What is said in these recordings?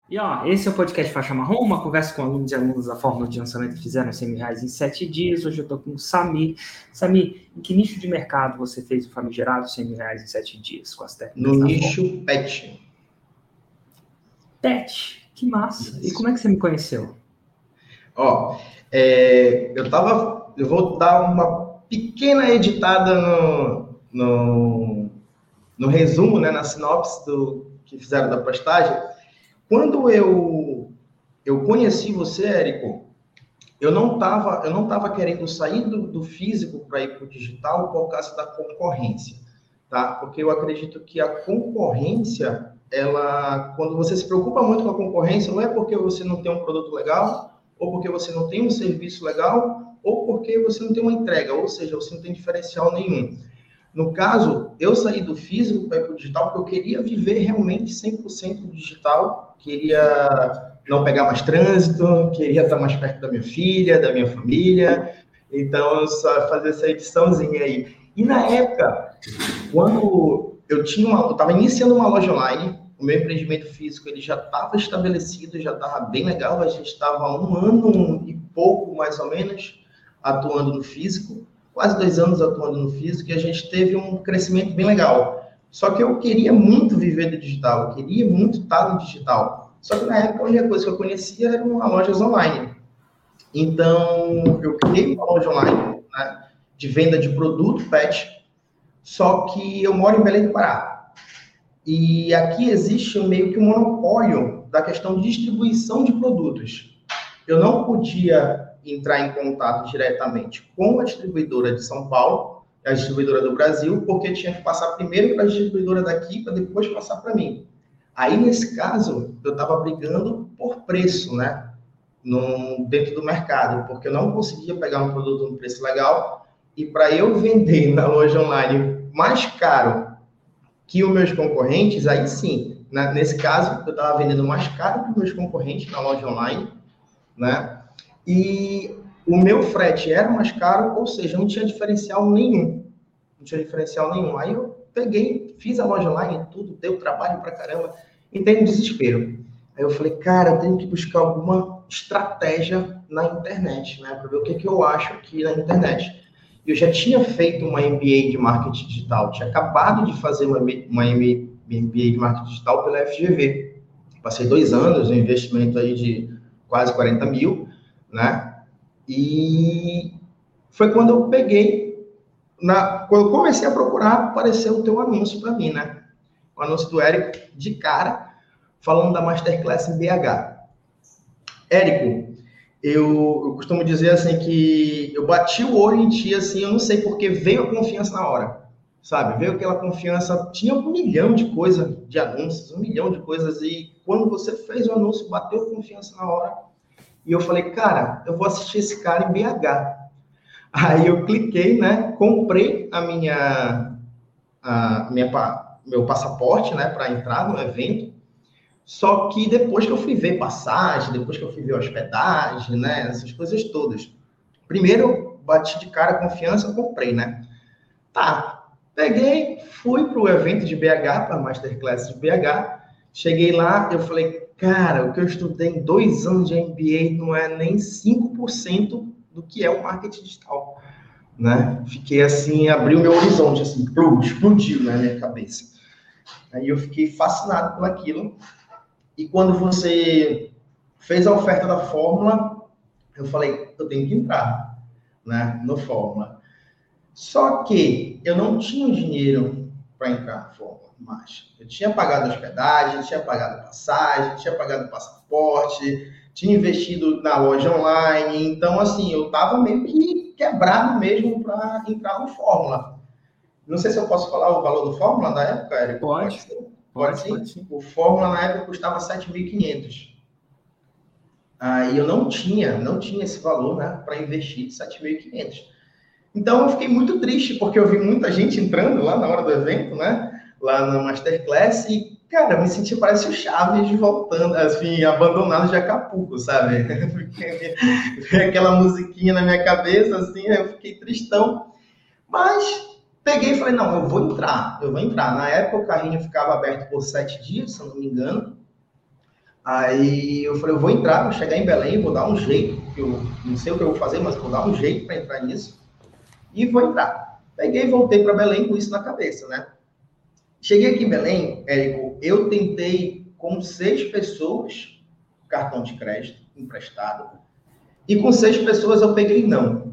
E ó, esse é o podcast Faixa Marrom, uma conversa com alunos e alunas da Fórmula de Lançamento que fizeram R$ 100.000 em 7 dias. Hoje eu estou com o Sami. Sami, em que nicho de mercado você fez o famigerado R$ 100.000 em 7 dias com as técnicas No da nicho Fórmula? pet. Pet, que massa. E Isso. como é que você me conheceu? Ó, eu vou dar uma pequena editada no resumo, né, na sinopse do que fizeram da postagem. Quando eu conheci você, Érico, eu não tava querendo sair do físico para ir para o digital por causa da concorrência, tá? Porque eu acredito que a concorrência, quando você se preocupa muito com a concorrência, não é porque você não tem um produto legal, ou porque você não tem um serviço legal, ou porque você não tem uma entrega, ou seja, você não tem diferencial nenhum. No caso, eu saí do físico para ir para o digital porque eu queria viver realmente 100% digital, queria não pegar mais trânsito, queria estar mais perto da minha filha, da minha família, então só fazer essa ediçãozinha aí. E na época, quando eu estava iniciando uma loja online, o meu empreendimento físico ele já estava estabelecido, já estava bem legal, a gente estava há 1 ano e pouco, mais ou menos, atuando no físico, quase 2 anos atuando no físico, e a gente teve um crescimento bem legal. Só que eu queria muito viver do digital, eu queria muito estar no digital. Só que na época a única coisa que eu conhecia era uma loja online. Então eu criei uma loja online, né, de venda de produto pet, só que eu moro em Belém do Pará. E aqui existe meio que um monopólio da questão de distribuição de produtos. Eu não podia entrar em contato diretamente com a distribuidora de São Paulo, a distribuidora do Brasil, porque tinha que passar primeiro para a distribuidora daqui, para depois passar para mim. Aí, nesse caso, eu estava brigando por preço, né? Dentro do mercado, porque eu não conseguia pegar um produto no preço legal, e para eu vender na loja online mais caro que os meus concorrentes, aí sim, né? Nesse caso, eu estava vendendo mais caro que os meus concorrentes na loja online, né? E o meu frete era mais caro, ou seja, não tinha diferencial nenhum. Não tinha diferencial nenhum. Aí eu peguei, fiz a loja online, tudo, deu trabalho pra caramba, entrei no desespero. Aí eu falei, cara, eu tenho que buscar alguma estratégia na internet, né? Para ver o que eu acho aqui na internet. Eu já tinha feito uma MBA de marketing digital, tinha acabado de fazer uma MBA de marketing digital pela FGV. Passei 2 anos, um investimento aí de quase 40 mil, né? E foi quando eu peguei, quando eu comecei a procurar, apareceu o teu anúncio para mim, né? O anúncio do Érico, de cara, falando da Masterclass em BH. Érico, eu costumo dizer assim que eu bati o olho em ti, assim, eu não sei porque veio a confiança na hora, sabe? Veio aquela confiança, tinha 1 milhão de coisas, de anúncios, 1 milhão de coisas, e quando você fez o anúncio, bateu confiança na hora, e eu falei, cara, eu vou assistir esse cara em BH. Aí eu cliquei, né? Comprei meu passaporte, né? Para entrar no evento. Só que depois que eu fui ver passagem, depois que eu fui ver hospedagem, né? Essas coisas todas. Primeiro eu bati de cara confiança, comprei, né? Tá. Peguei, fui para o evento de BH, para a Masterclass de BH. Cheguei lá, eu falei, cara, o que eu estudei em 2 anos de MBA não é nem 5% do que é o marketing digital, né? Fiquei assim, abriu meu horizonte, assim, explodiu na minha cabeça. Aí eu fiquei fascinado por aquilo. E quando você fez a oferta da Fórmula, eu falei, eu tenho que entrar, né, no Fórmula. Só que eu não tinha dinheiro para entrar na Fórmula mais. Eu tinha pagado hospedagem, tinha pagado passagem, tinha pagado passaporte, tinha investido na loja online. Então, assim, eu estava meio que quebrado mesmo para entrar no Fórmula. Não sei se eu posso falar o valor do Fórmula na época, Érico. Pode Pode, ser? Pode pode, pode sim? sim. O Fórmula na época custava 7.500. Aí eu não tinha esse valor, né, para investir 7.500. Então eu fiquei muito triste, porque eu vi muita gente entrando lá na hora do evento, né? Lá na Masterclass, e, cara, eu me senti parece o Chaves voltando, assim, abandonado de Acapulco, sabe? Veio aquela musiquinha na minha cabeça, assim, eu fiquei tristão. Mas peguei e falei, não, eu vou entrar. Na época o carrinho ficava aberto por 7 dias, se eu não me engano. Aí eu falei, eu vou entrar, vou chegar em Belém, vou dar um jeito, que eu não sei o que eu vou fazer, mas vou dar um jeito para entrar nisso, e vou entrar. Peguei e voltei para Belém com isso na cabeça, né? Cheguei aqui em Belém, Érico, eu tentei com 6 pessoas cartão de crédito emprestado, e com 6 pessoas eu peguei não.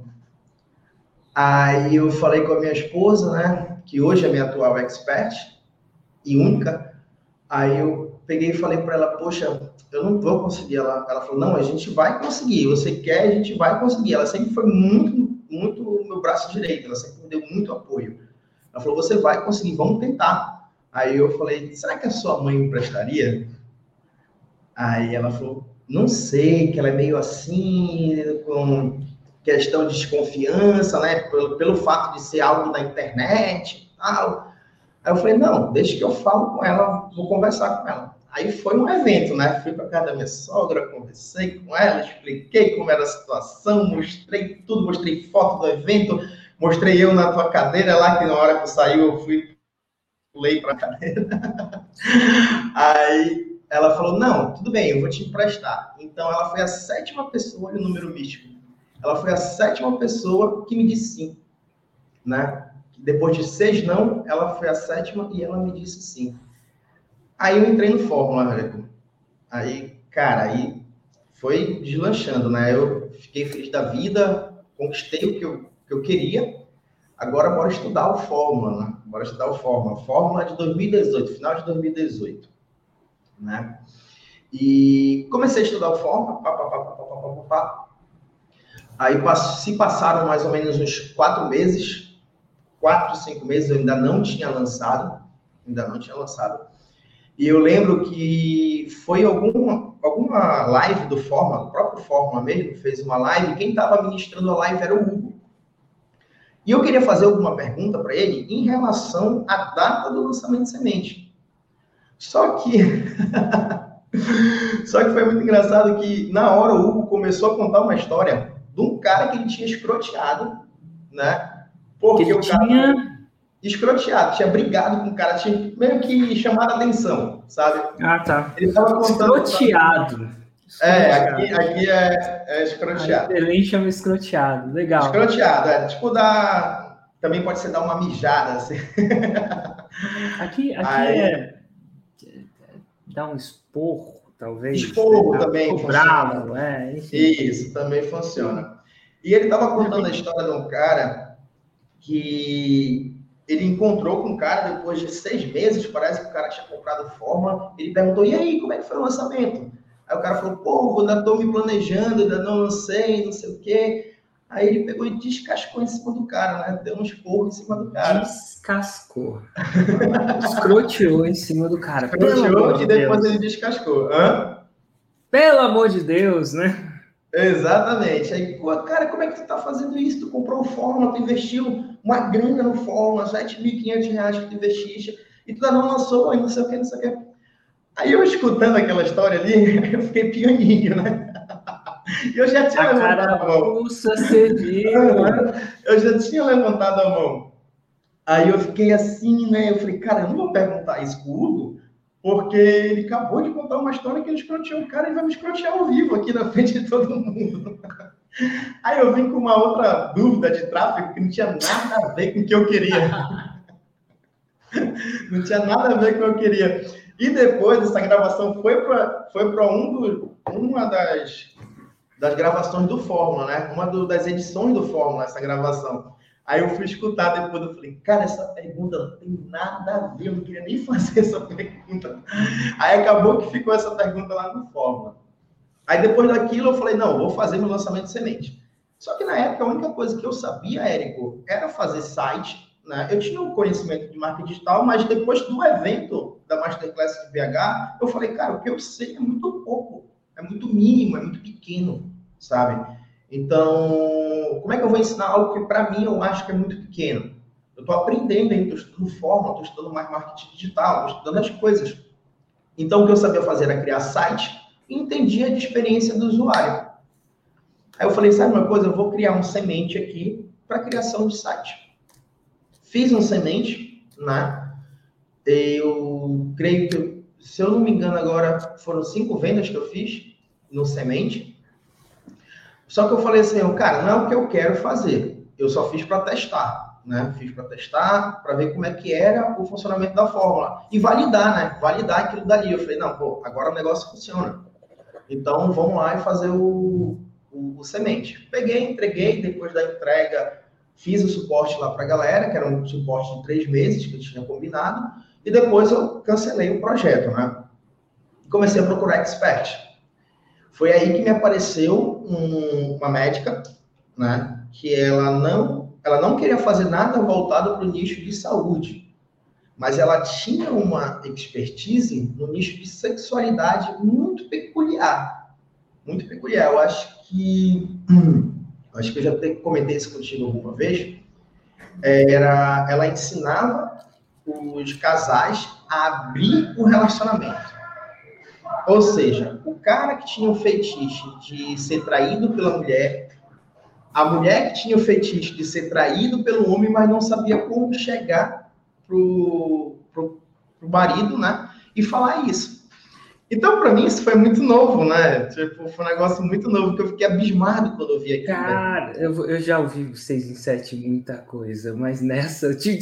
Aí eu falei com a minha esposa, né, que hoje é minha atual expert e única. Aí eu peguei e falei para ela, poxa, eu não vou conseguir. Ela falou, não, a gente vai conseguir. Você quer, a gente vai conseguir. Ela sempre foi muito meu braço direito. Ela sempre me deu muito apoio. Ela falou, você vai conseguir, vamos tentar. Aí eu falei, será que a sua mãe me emprestaria? Aí ela falou, não sei, que ela é meio assim, com questão de desconfiança, né? Pelo fato de ser algo da internet e tal. Aí eu falei, não, deixa que eu falo com ela, vou conversar com ela. Aí foi um evento, né? Fui para casa da minha sogra, conversei com ela, expliquei como era a situação, mostrei tudo, mostrei foto do evento, mostrei eu na tua cadeira lá, que na hora que saiu eu pulei para a cadeira. Aí ela falou, não, tudo bem, eu vou te emprestar. Então ela foi a 7ª pessoa, olha o número místico, ela foi a 7ª pessoa que me disse sim, né? Depois de 6 não, ela foi a 7ª e ela me disse sim. Aí eu entrei no Fórmula, Reco. Aí, cara, aí foi deslanchando, né? Eu fiquei feliz da vida, conquistei o que eu queria. Agora bora estudar o Fórmula, né? Bora estudar o Fórmula. Fórmula de 2018, final de 2018, né? E comecei a estudar o Fórmula, Aí se passaram mais ou menos uns 4 meses, 4, 5 meses, eu ainda não tinha lançado. E eu lembro que foi alguma live do Fórmula, o próprio Fórmula mesmo, fez uma live, quem estava ministrando a live era o Hugo. E eu queria fazer alguma pergunta para ele em relação à data do lançamento de semente. Só que foi muito engraçado que, na hora, o Hugo começou a contar uma história de um cara que ele tinha escroteado, né? Porque o cara escroteado, tinha brigado com o cara, tinha meio que chamado a atenção, sabe? Ah, tá. Ele tava contando... Escroteado. Aqui é escroteado. Ele chama escroteado, legal. Escroteado, tipo também pode ser dar uma mijada, assim. Aqui é dar um esporro, talvez. Esporro também funciona. Bravo, enfim. Isso, também funciona. E ele tava contando a história de um cara que ele encontrou com um cara depois de 6 meses, parece que o cara tinha comprado Fórmula, ele perguntou, e aí, como é que foi o lançamento? Aí o cara falou, pô, ainda estou me planejando, ainda não lancei, não sei o quê. Aí ele pegou e descascou em cima do cara, né? Deu um esporro em cima do cara. Descascou. Escroteou em cima do cara. Escroteou e depois ele descascou. Hã? Pelo amor de Deus, né? Exatamente. Aí, pô, cara, como é que tu tá fazendo isso? Tu comprou o Fórmula, tu investiu uma grana no Fórmula, R$7.500 que tu investiste, e tu ainda não lançou, e não sei o que, não sei o que. Aí eu escutando aquela história ali, eu fiquei pianinho, né? Eu já tinha levantado a mão. Você viu, né? Eu já tinha levantado a mão. Aí eu fiquei assim, né? Eu falei, cara, eu não vou perguntar isso pro Hugo, porque ele acabou de contar uma história que ele escroteou o cara e vai me escrotear ao vivo aqui na frente de todo mundo. Aí eu vim com uma outra dúvida de tráfego que não tinha nada a ver com o que eu queria. Não tinha nada a ver com o que eu queria. E depois essa gravação foi para uma das gravações do Fórmula, né? Uma das edições do Fórmula, essa gravação. Aí eu fui escutar depois, eu falei, cara, essa pergunta não tem nada a ver, eu não queria nem fazer essa pergunta. Aí acabou que ficou essa pergunta lá no Fórmula. Aí depois daquilo eu falei, não, vou fazer meu lançamento de semente. Só que na época a única coisa que eu sabia, Érico, era fazer site, né? Eu tinha um conhecimento de marketing digital, mas depois do evento da Masterclass de BH, eu falei, cara, o que eu sei é muito pouco, é muito mínimo, é muito pequeno, sabe? Então, como é que eu vou ensinar algo que para mim eu acho que é muito pequeno? Eu estou aprendendo ainda, estou estudando Fórmula, estou estudando mais marketing digital, estou estudando as coisas. Então, o que eu sabia fazer era criar site e entendia de experiência do usuário. Aí eu falei, sabe uma coisa? Eu vou criar um semente aqui para criação de site. Fiz um semente, né? Eu creio que, se eu não me engano agora, foram 5 vendas que eu fiz no semente. Só que eu falei assim, cara, não é o que eu quero fazer. Eu só fiz para testar, né? Fiz para testar, para ver como é que era o funcionamento da fórmula. E validar, né? Validar aquilo dali. Eu falei, não, pô, agora o negócio funciona. Então, vamos lá e fazer o semente. Peguei, entreguei, depois da entrega, fiz o suporte lá para a galera, que era um suporte de 3 meses, que eu tinha combinado, e depois eu cancelei o projeto, né? E comecei a procurar expert. Foi aí que me apareceu uma médica, né? Que ela não queria fazer nada voltado para o nicho de saúde, mas ela tinha uma expertise no nicho de sexualidade muito peculiar. Muito peculiar. Eu acho que eu já comentei isso contigo alguma vez. Ela ensinava os casais a abrir o relacionamento. Ou seja, o cara que tinha o fetiche de ser traído pela mulher, a mulher que tinha o fetiche de ser traído pelo homem, mas não sabia como chegar pro marido, né? E falar isso. Então, para mim, isso foi muito novo, né? Tipo, foi um negócio muito novo, que eu fiquei abismado quando eu vi aquilo. Cara, né? eu já ouvi 6 em 7 muita coisa, mas nessa... assim,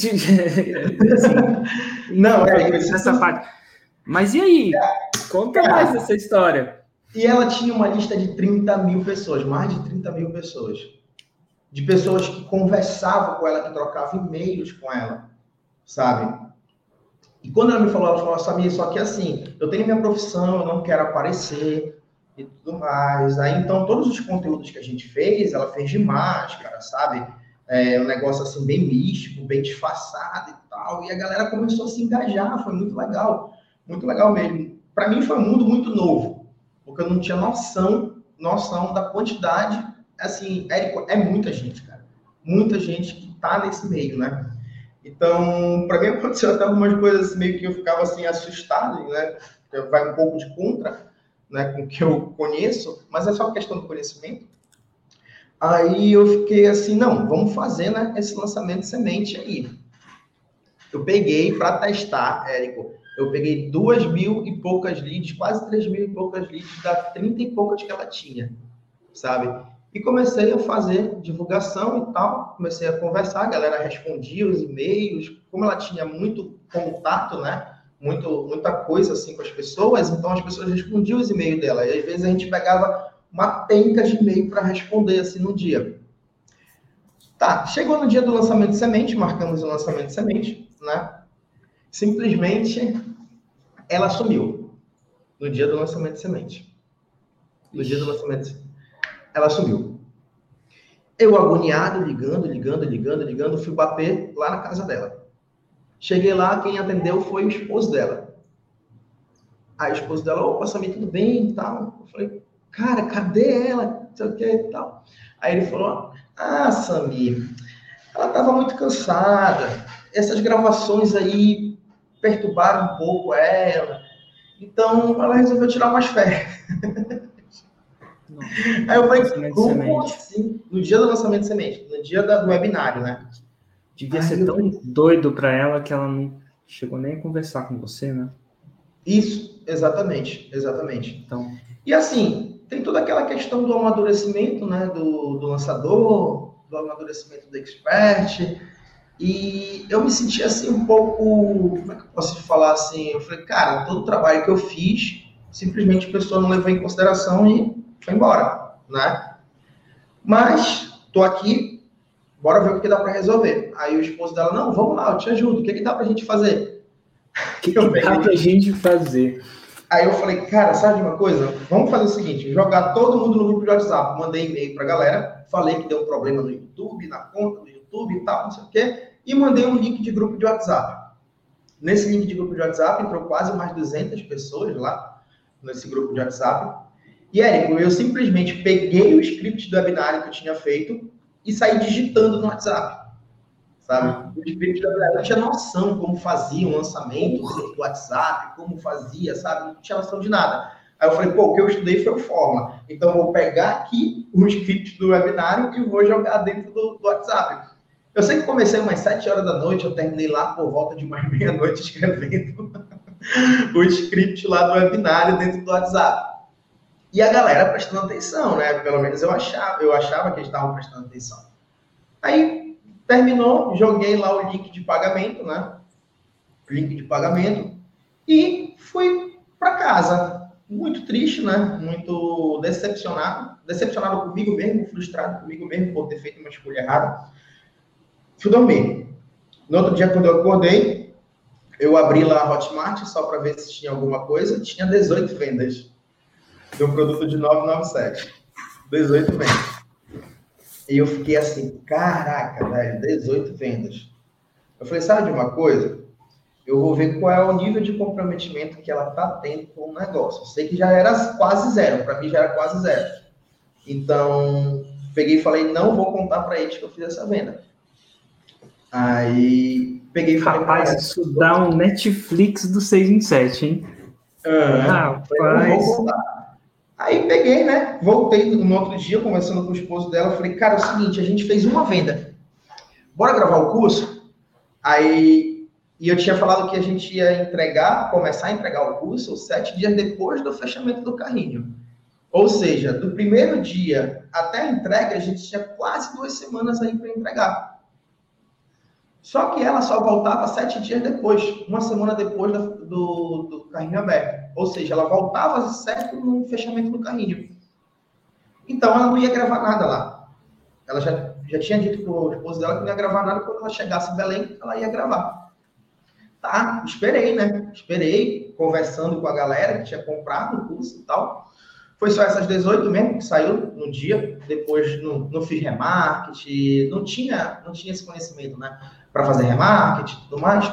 não, nessa parte. Mas e aí? Conta mais essa história. E ela tinha uma lista de 30 mil pessoas, mais de 30 mil pessoas. De pessoas que conversavam com ela, que trocavam e-mails com ela, sabe? E quando ela falou, Samir, só que assim, eu tenho minha profissão, eu não quero aparecer e tudo mais. Aí, então, todos os conteúdos que a gente fez, ela fez de máscara, sabe? Um negócio assim, bem místico, bem disfarçado e tal. E a galera começou a se engajar, foi muito legal mesmo. Para mim foi um mundo muito novo, porque eu não tinha noção da quantidade. Assim, Érico, é muita gente, cara. Muita gente que tá nesse meio, né? Então, para mim aconteceu até algumas coisas meio que eu ficava assim assustado, né? Vai um pouco de contra, né, com o que eu conheço, mas é só questão do conhecimento. Aí eu fiquei assim, não, vamos fazer, né, esse lançamento de semente aí. Eu peguei para testar, Érico, eu peguei 2.000 e poucas leads, quase 3.000 e poucas leads da 30 e poucas que ela tinha, sabe? E comecei a fazer divulgação e tal, comecei a conversar, a galera respondia os e-mails, como ela tinha muito contato, né, muita coisa assim com as pessoas, então as pessoas respondiam os e-mails dela, e às vezes a gente pegava uma penca de e-mail para responder assim no dia. Tá, chegou no dia do lançamento de semente, marcamos o lançamento de semente, né, simplesmente ela sumiu no dia do lançamento de semente. No dia do lançamento de semente. Ela sumiu. Eu agoniado, ligando, fui bater lá na casa dela. Cheguei lá, quem atendeu foi o esposo dela. Aí o esposo dela, opa, Samir, tudo bem e tal? Eu falei, cara, cadê ela? Não sei o que e tal. Aí ele falou, Samir, ela estava muito cansada. Essas gravações aí perturbaram um pouco ela. Então, ela resolveu tirar umas férias. Aí eu falei, como assim? No dia do lançamento de semente, no dia do webinário, né? Devia ser tão doido para ela que ela não chegou nem a conversar com você, né? Isso, exatamente. Então, e assim, tem toda aquela questão do amadurecimento, né? Do lançador, do amadurecimento do expert. E eu me senti assim um pouco, como é que eu posso falar assim? Eu falei, cara, todo o trabalho que eu fiz, simplesmente a pessoa não levou em consideração e foi embora, né? Mas tô aqui, bora ver o que dá para resolver. Aí o esposo dela, não, vamos lá, eu te ajudo. O que dá pra gente fazer? O que dá pra gente fazer? Aí eu falei, cara, sabe de uma coisa? Vamos fazer o seguinte, jogar todo mundo no grupo de WhatsApp. Mandei e-mail pra galera, falei que deu um problema no YouTube, na conta do YouTube e tal, não sei o quê, e mandei um link de grupo de WhatsApp. Nesse link de grupo de WhatsApp entrou quase mais de 200 pessoas lá, nesse grupo de WhatsApp. E, Érico, eu simplesmente peguei o script do webinário que eu tinha feito e saí digitando no WhatsApp, sabe? O script do webinário, eu não tinha noção como fazia um lançamento do WhatsApp, como fazia, sabe? Não tinha noção de nada. Aí eu falei, o que eu estudei foi o Fórmula. Então, eu vou pegar aqui o script do webinário e vou jogar dentro do WhatsApp. Eu sei que comecei umas 7 horas da noite, eu terminei lá por volta de umas meia-noite escrevendo. o script lá do webinário dentro do WhatsApp. E a galera prestando atenção, né? Pelo menos eu achava que eles estavam prestando atenção. Aí, terminou, joguei lá o link de pagamento, né? Link de pagamento. E fui para casa. Muito triste, né? Muito decepcionado. Decepcionado comigo mesmo, frustrado comigo mesmo por ter feito uma escolha errada. Fui dormir. No outro dia, quando eu acordei, eu abri lá a Hotmart só para ver se tinha alguma coisa. Tinha 18 vendas de um produto de 997. 18 vendas. E eu fiquei assim, caraca, velho, 18 vendas. Eu falei, sabe de uma coisa? Eu vou ver qual é o nível de comprometimento que ela tá tendo com o negócio. Eu sei que já era quase zero, para mim já era quase zero. Então, peguei e falei, não vou contar para eles que eu fiz essa venda. Aí, peguei e falei... Rapaz, isso dá um Netflix do 6 em 7, hein? Rapaz. Não vou contar. Aí, peguei, né? Voltei no outro dia, conversando com o esposo dela. Falei, cara, é o seguinte, a gente fez uma venda. Bora gravar o curso? Aí, e eu tinha falado que a gente ia começar a entregar o curso 7 dias depois do fechamento do carrinho. Ou seja, do primeiro dia até a entrega, a gente tinha quase 2 semanas aí para entregar. Só que ela só voltava 7 dias depois, uma semana depois do carrinho aberto. Ou seja, ela voltava certo no fechamento do carrinho. Então, ela não ia gravar nada lá. Ela já tinha dito para o esposo dela que não ia gravar nada. Quando ela chegasse em Belém, ela ia gravar. Tá, esperei, né? Esperei, conversando com a galera que tinha comprado o curso e tal. Foi só essas 18 mesmo que saiu no dia. Depois não fiz remarketing, não tinha esse conhecimento, né? Para fazer remarketing e tudo mais.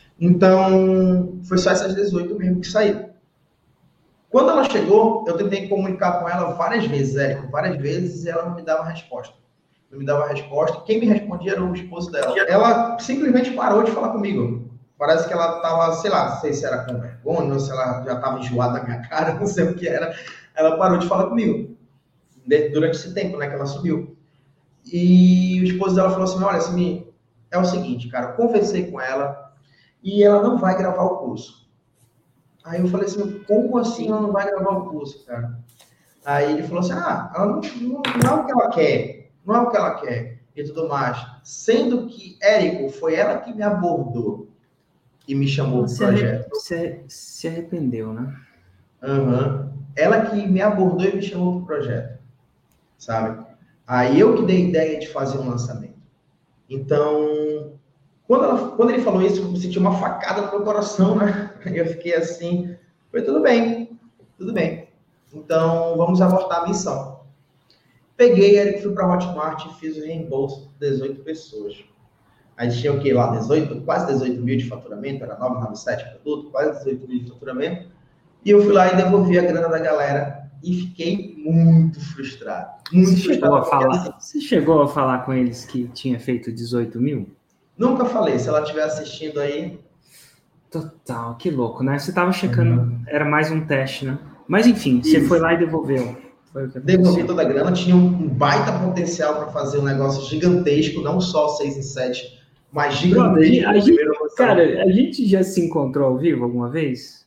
Então, foi só essas 18 mesmo que saíram. Quando ela chegou, eu tentei comunicar com ela várias vezes, Érico, várias vezes, e ela não me dava resposta. Não me dava resposta. Quem me respondia era o esposo dela. Ela simplesmente parou de falar comigo. Parece que ela estava, sei lá, não sei se era com vergonha, ou se ela já estava enjoada da minha cara, não sei o que era. Ela parou de falar comigo. Durante esse tempo, né, que ela subiu. E o esposo dela falou assim, olha, Simi, é o seguinte, cara, eu conversei com ela e ela não vai gravar o curso. Aí eu falei assim, como assim ela não vai gravar o curso, cara? Aí ele falou assim, ela não é o que ela quer, não é o que ela quer e tudo mais. Sendo que, Érico, foi ela que me abordou e me chamou pro projeto. Se arrependeu, né? Uhum. Ela que me abordou e me chamou pro projeto, sabe? Aí eu que dei ideia de fazer um lançamento. Então, quando ele falou isso, eu senti uma facada no meu coração, né? Eu fiquei assim, foi tudo bem. Então, vamos abortar a missão. Peguei, Eric, fui para a Hotmart e fiz o reembolso de 18 pessoas. A gente tinha o que lá? Quase 18 mil de faturamento, era 997 produto, quase 18 mil de faturamento. E eu fui lá e devolvi a grana da galera e fiquei muito frustrado. Você chegou a falar com eles que tinha feito 18 mil? Nunca falei. Se ela estiver assistindo aí... Total, que louco, né? Você estava checando, era mais um teste, né? Mas enfim, você foi lá e devolveu. Devolvi toda a grana, tinha um baita potencial para fazer um negócio gigantesco, não só 6 em 7, mas gigantesco. Cara, a gente já se encontrou ao vivo alguma vez?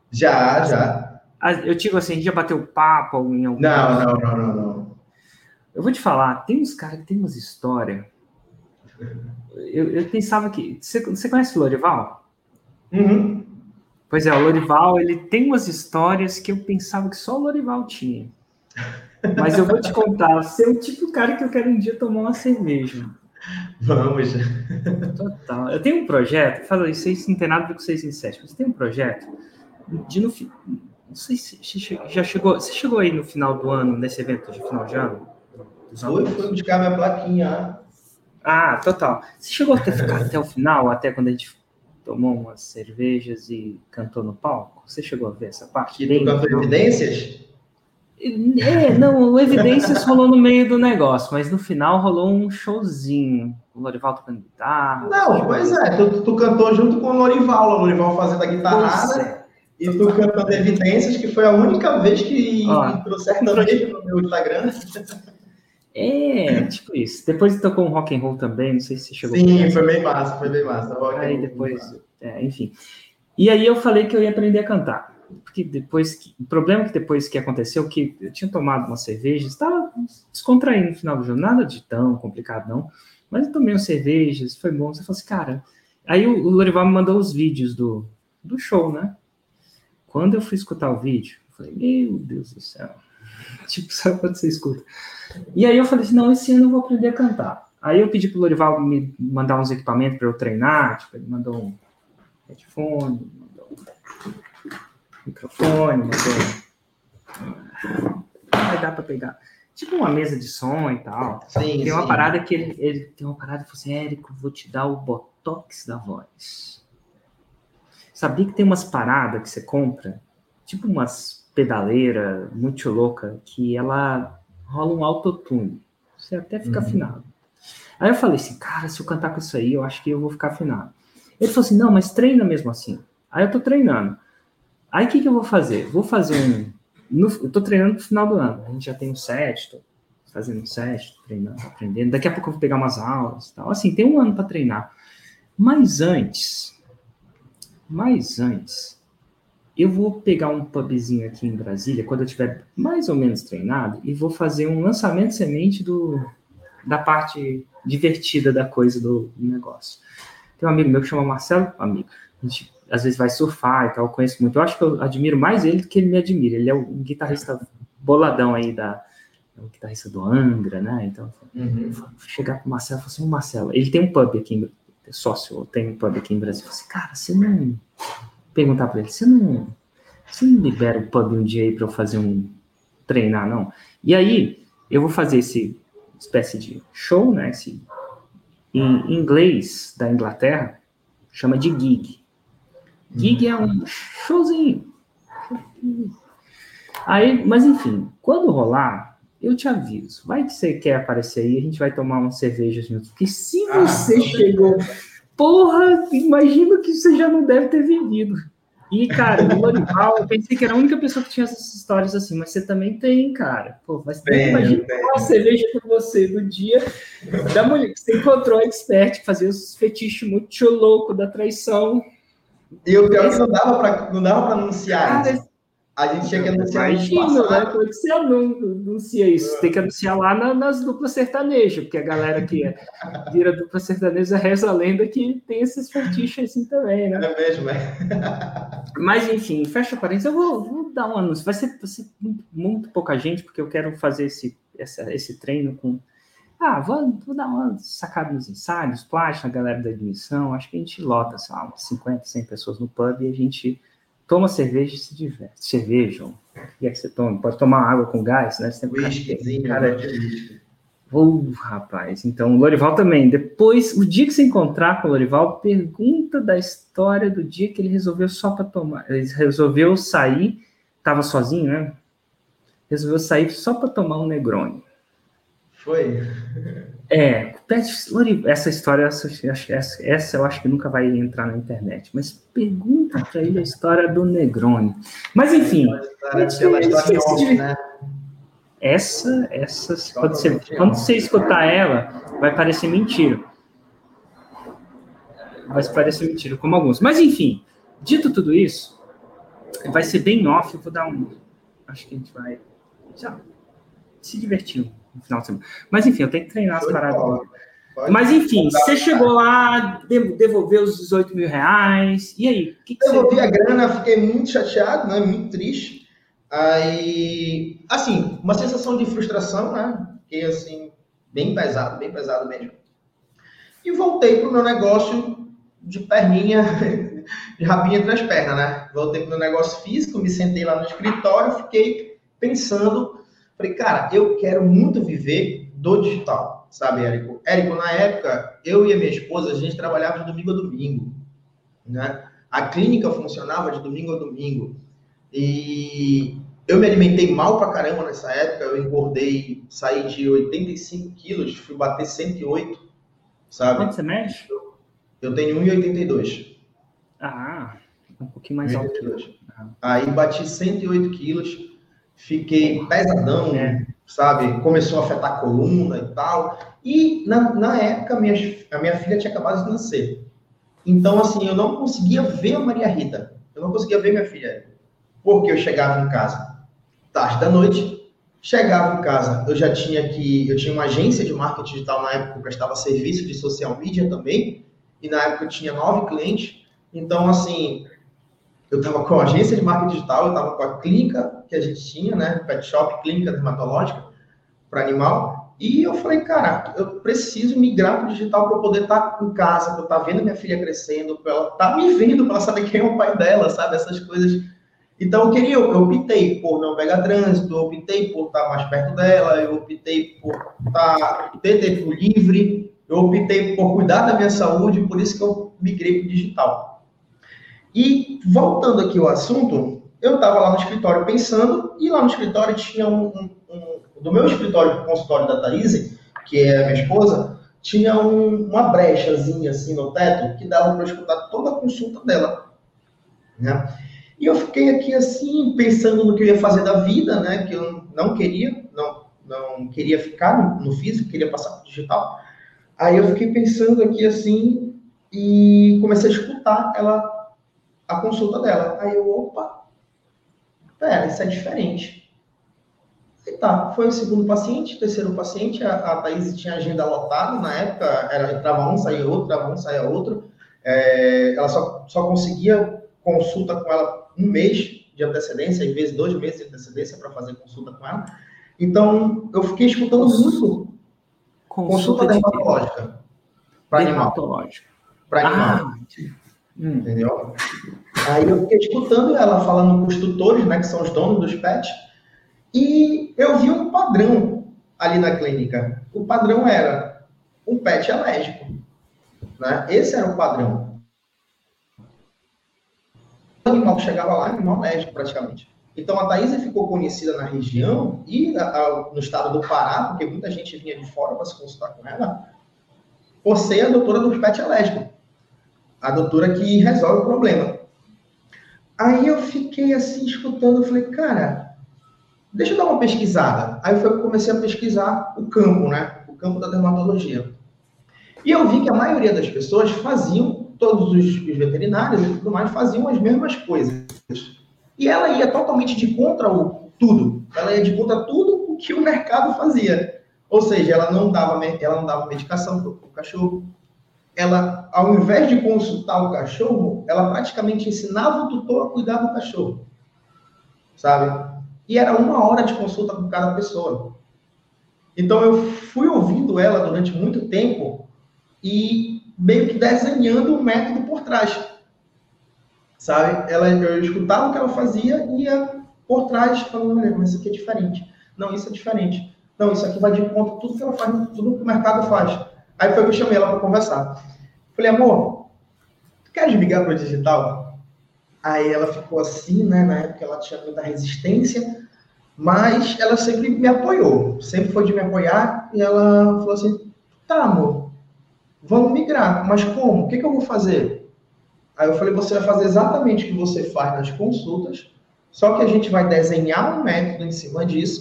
Já. Eu digo assim, a gente já bateu papo em algum... Não. Eu vou te falar, tem uns caras que tem umas histórias. Eu pensava que... Você conhece o Lorival? Uhum. Pois é, o Lorival, ele tem umas histórias que eu pensava que só o Lorival tinha. Mas eu vou te contar, você é o tipo de cara que eu quero um dia tomar uma cerveja. Vamos. Total. Eu tenho um projeto, fala isso não tem nada a ver com 6 em 7, mas tem um projeto de não sei se já chegou. Você chegou aí no final do ano, nesse evento de final de ano? Fui buscar minha plaquinha. Ah, total. Você chegou a ficar até o final, até quando a gente tomou umas cervejas e cantou no palco? Você chegou a ver essa parte? E tu cantou Evidências? Não, Evidências rolou no meio do negócio, mas no final rolou um showzinho. O Lorival tocando guitarra. Não, pois é, tu cantou junto com o Lorival fazendo a guitarrada. E tu cantando Evidências, que foi a única vez que entrou sertanejo no meu Instagram. Tipo isso. Depois tocou um rock and roll também, não sei se você chegou. Sim, foi bem massa. Aí depois, enfim. E aí eu falei que eu ia aprender a cantar. Porque o problema é que depois que aconteceu, que eu tinha tomado uma cerveja, estava descontraindo no final do jogo, nada de tão complicado não, mas eu tomei umas cervejas, foi bom. Você falou assim, cara... Aí o Lorival me mandou os vídeos do show, né? Quando eu fui escutar o vídeo, eu falei, meu Deus do céu. Tipo, sabe quando você escuta? E aí eu falei assim, não, esse ano eu vou aprender a cantar. Aí eu pedi pro Lorival me mandar uns equipamentos para eu treinar, tipo, ele mandou um headphone, mandou um microfone, vai dar para pegar. Tipo uma mesa de som e tal. Sim, tem uma parada que ele tem uma parada que falou assim, Érico, vou te dar o botox da voz. Sabia que tem umas paradas que você compra, tipo umas pedaleiras muito louca, que ela rola um autotune. Você até fica afinado. Aí eu falei assim, cara, se eu cantar com isso aí, eu acho que eu vou ficar afinado. Ele falou assim, não, mas treina mesmo assim. Aí eu tô treinando. Aí o que eu vou fazer? Vou fazer eu tô treinando pro final do ano. A gente já tem um set, tô fazendo um set, tô treinando, aprendendo. Daqui a pouco eu vou pegar umas aulas e tal. Assim, tem um ano para treinar. Mas antes, eu vou pegar um pubzinho aqui em Brasília, quando eu tiver mais ou menos treinado, e vou fazer um lançamento semente da parte divertida da coisa do negócio. Tem um amigo meu que chama Marcelo, amigo. A gente às vezes vai surfar e tal, eu conheço muito. Eu acho que eu admiro mais ele do que ele me admira. Ele é um guitarrista boladão aí, um guitarrista do Angra, né? Então, eu vou chegar pro Marcelo e falar assim, Marcelo, ele tem um pub aqui, sócio, tem um pub aqui em Brasília. Eu falei assim, cara, você não... Perguntar para ele, você não libera o pub um dia aí para eu fazer treinar, não? E aí, eu vou fazer esse espécie de show, né? Em inglês da Inglaterra, chama de gig. Gig é um showzinho. Aí, mas enfim, quando rolar, eu te aviso. Vai que você quer aparecer aí, a gente vai tomar uma cerveja juntos. Porque se você chegou... Porra, imagino que você já não deve ter vivido. E, cara, o Lorival, eu pensei que era a única pessoa que tinha essas histórias assim, mas você também tem, cara. Pô, mas imagina uma cerveja com você no dia da mulher que você encontrou a expert, que fazia os fetiches muito louco da traição. E o pior é que não dava pra anunciar, cara, isso. A gente tinha que anunciar no passado. Né? Como é que você anuncia isso? Tem que anunciar lá nas duplas sertanejas, porque a galera que vira dupla sertaneja reza a lenda que tem esses fetiches assim também, né? É mesmo, é. Mas, enfim, fecha parênteses, eu vou dar um anúncio. Vai ser muito pouca gente, porque eu quero fazer esse treino com... vou dar uma sacada nos ensaios, plástico, a galera da admissão. Acho que a gente lota, sei lá, umas 50, 100 pessoas no pub e a gente toma cerveja e se diverte. Cerveja, o que é que você toma? Pode tomar água com gás, né? Você tem cara... rapaz, então o Lorival também. Depois, o dia que você encontrar com o Lorival, pergunta da história do dia que ele resolveu só para tomar. Ele resolveu sair, estava sozinho, né? Resolveu sair só para tomar um Negroni. Foi? Essa história, essa eu acho que nunca vai entrar na internet, mas pergunta para ele a história do Negroni. Mas enfim, essa quando você escutar ela, vai parecer mentira. Vai parecer mentira, como alguns. Mas enfim, dito tudo isso, vai ser bem off, eu vou dar acho que a gente vai se divertir no final de semana. Mas enfim, eu tenho que treinar as paradas. Mas enfim, você chegou lá, devolveu os 18 mil reais, e aí? Devolvi a grana, fiquei muito chateado, né? Muito triste. Aí, assim, uma sensação de frustração, né? Fiquei assim, bem pesado mesmo. E voltei pro meu negócio de perninha, de rabinha entre as pernas, né? Voltei pro meu negócio físico, me sentei lá no escritório, fiquei pensando, falei, cara, eu quero muito viver do digital, sabe, Érico? Érico, na época, eu e a minha esposa, a gente trabalhava de domingo a domingo, né? A clínica funcionava de domingo a domingo. E eu me alimentei mal pra caramba nessa época, eu engordei, saí de 85 quilos, fui bater 108, sabe? Quanto você mexe? Eu tenho 1,82. Um pouquinho mais alto que eu. Aí bati 108 quilos, fiquei pesadão, sabe? Começou a afetar a coluna e tal. E na época, a minha filha tinha acabado de nascer. Então, assim, eu não conseguia ver a Maria Rita. Eu não conseguia ver minha filha. Porque eu chegava em casa tarde da noite, chegava em casa, eu tinha uma agência de marketing digital na época, eu prestava serviço de social media também, e na época eu tinha 9 clientes. Então, assim, eu estava com a agência de marketing digital, eu estava com a clínica que a gente tinha, né, pet shop, clínica dermatológica para animal, e eu falei, cara, eu preciso migrar para o digital para eu poder estar em casa, para eu estar vendo minha filha crescendo, para ela estar me vendo, para ela saber quem é o pai dela, sabe, essas coisas. Então, eu optei por não pegar trânsito, eu optei por estar mais perto dela, eu optei por ter tempo livre, eu optei por cuidar da minha saúde, por isso que eu migrei para o digital. E, voltando aqui ao assunto, eu estava lá no escritório pensando, e lá no escritório tinha do meu escritório, o consultório da Thaís, que é a minha esposa, tinha uma brechazinha assim no teto, que dava para escutar toda a consulta dela, né? E eu fiquei aqui assim, pensando no que eu ia fazer da vida, né? Que eu não queria ficar no físico, queria passar para o digital. Aí eu fiquei pensando aqui assim e comecei a escutar a consulta dela. Aí eu, opa, pera, isso é diferente. E tá, foi o segundo paciente, terceiro paciente, a Thaís tinha agenda lotada na época, entrava um, saía outro, entrava um, saía outro. Ela só conseguia consulta com ela um mês de antecedência, às vezes 2 meses de antecedência para fazer consulta com ela. Então, eu fiquei escutando muito consulta dermatológica para animal. Para animal. Entendeu? Aí eu fiquei escutando ela falando com os tutores, né, que são os donos dos pets, e eu vi um padrão ali na clínica. O padrão era um pet alérgico, né? Esse era o padrão. O animal que chegava lá era um animal alérgico, praticamente. Então, a Thaís ficou conhecida na região e no estado do Pará, porque muita gente vinha de fora para se consultar com ela, por ser a doutora do pet alérgico. A doutora que resolve o problema. Aí eu fiquei assim, escutando, eu falei, cara, deixa eu dar uma pesquisada. Aí eu comecei a pesquisar o campo, né? O campo da dermatologia. E eu vi que a maioria das pessoas faziam, todos os veterinários e tudo mais, faziam as mesmas coisas. E ela ia totalmente de contra tudo. Ela ia de contra tudo o que o mercado fazia. Ou seja, ela não dava medicação para o cachorro. Ela, ao invés de consultar o cachorro, ela praticamente ensinava o tutor a cuidar do cachorro. Sabe? E era 1 hora de consulta com cada pessoa. Então, eu fui ouvindo ela durante muito tempo e meio que desenhando um método por trás. Sabe? Eu escutava o que ela fazia e ia por trás falando, olha, mas isso aqui é diferente. Não, isso é diferente. Não, isso aqui vai de conta tudo que ela faz, tudo que o mercado faz. Aí foi que eu chamei ela para conversar. Falei, amor, tu queres migrar para o digital? Aí ela ficou assim, né? Na época ela tinha muita resistência, mas ela sempre me apoiou. Sempre foi de me apoiar e ela falou assim, tá, amor, vamos migrar, mas como? O que eu vou fazer? Aí eu falei, você vai fazer exatamente o que você faz nas consultas, só que a gente vai desenhar um método em cima disso,